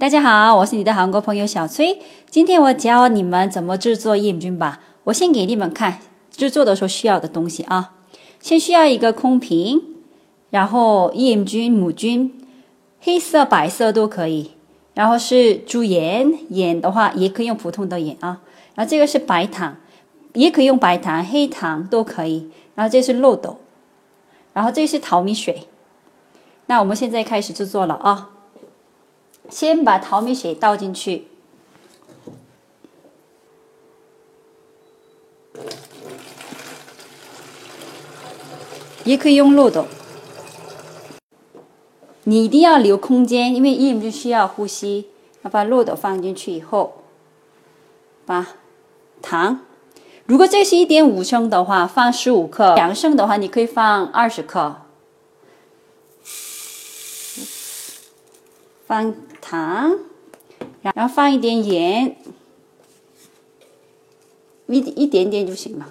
大家好，我是你的韩国朋友小崔。今天我教你们怎么制作燕菌吧。我先给你们看制作的时候需要的东西啊。先需要一个空瓶，然后燕菌、母菌，黑色、白色都可以。然后是猪盐，盐的话也可以用普通的盐啊。然后这个是白糖，也可以用白糖、黑糖都可以。然后这是漏斗，然后这是淘米水。那我们现在开始制作了啊。先把淘米水倒进去，也可以用漏斗。你一定要留空间，因为燕菌需要呼吸。把漏斗放进去以后，把糖，如果这是1.5升的话，放15克；2升的话，你可以放20克。放糖。然后放一点盐，一点点就行了。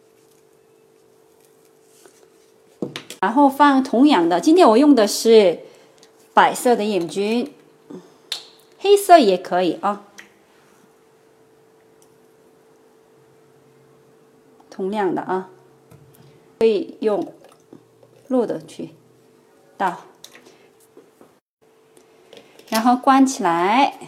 然后放同样的，今天我用的是白色的燕菌，黑色也可以啊。同样的啊，可以用漏斗去倒，然后关起来。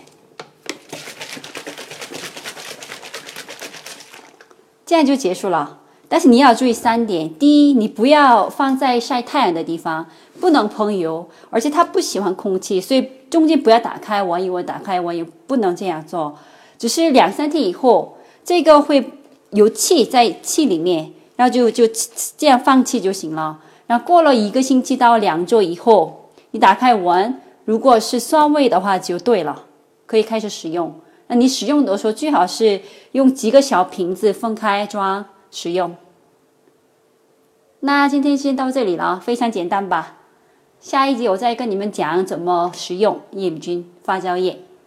这样就结束了，但是你要注意3点。第一，你不要放在晒太阳的地方，不能喷油，而且它不喜欢空气，所以中间不要打开闻一闻，打开闻一闻，不能这样做。只是2-3天以后，这个会有气在气里面，然后就这样放气就行了。然后过了1个星期到2周以后，你打开闻，如果是酸味的话就对了，可以开始使用。那你使用的时候最好是用几个小瓶子分开装使用。那今天先到这里了，非常简单吧？下一集我再跟你们讲怎么使用燕菌发酵液。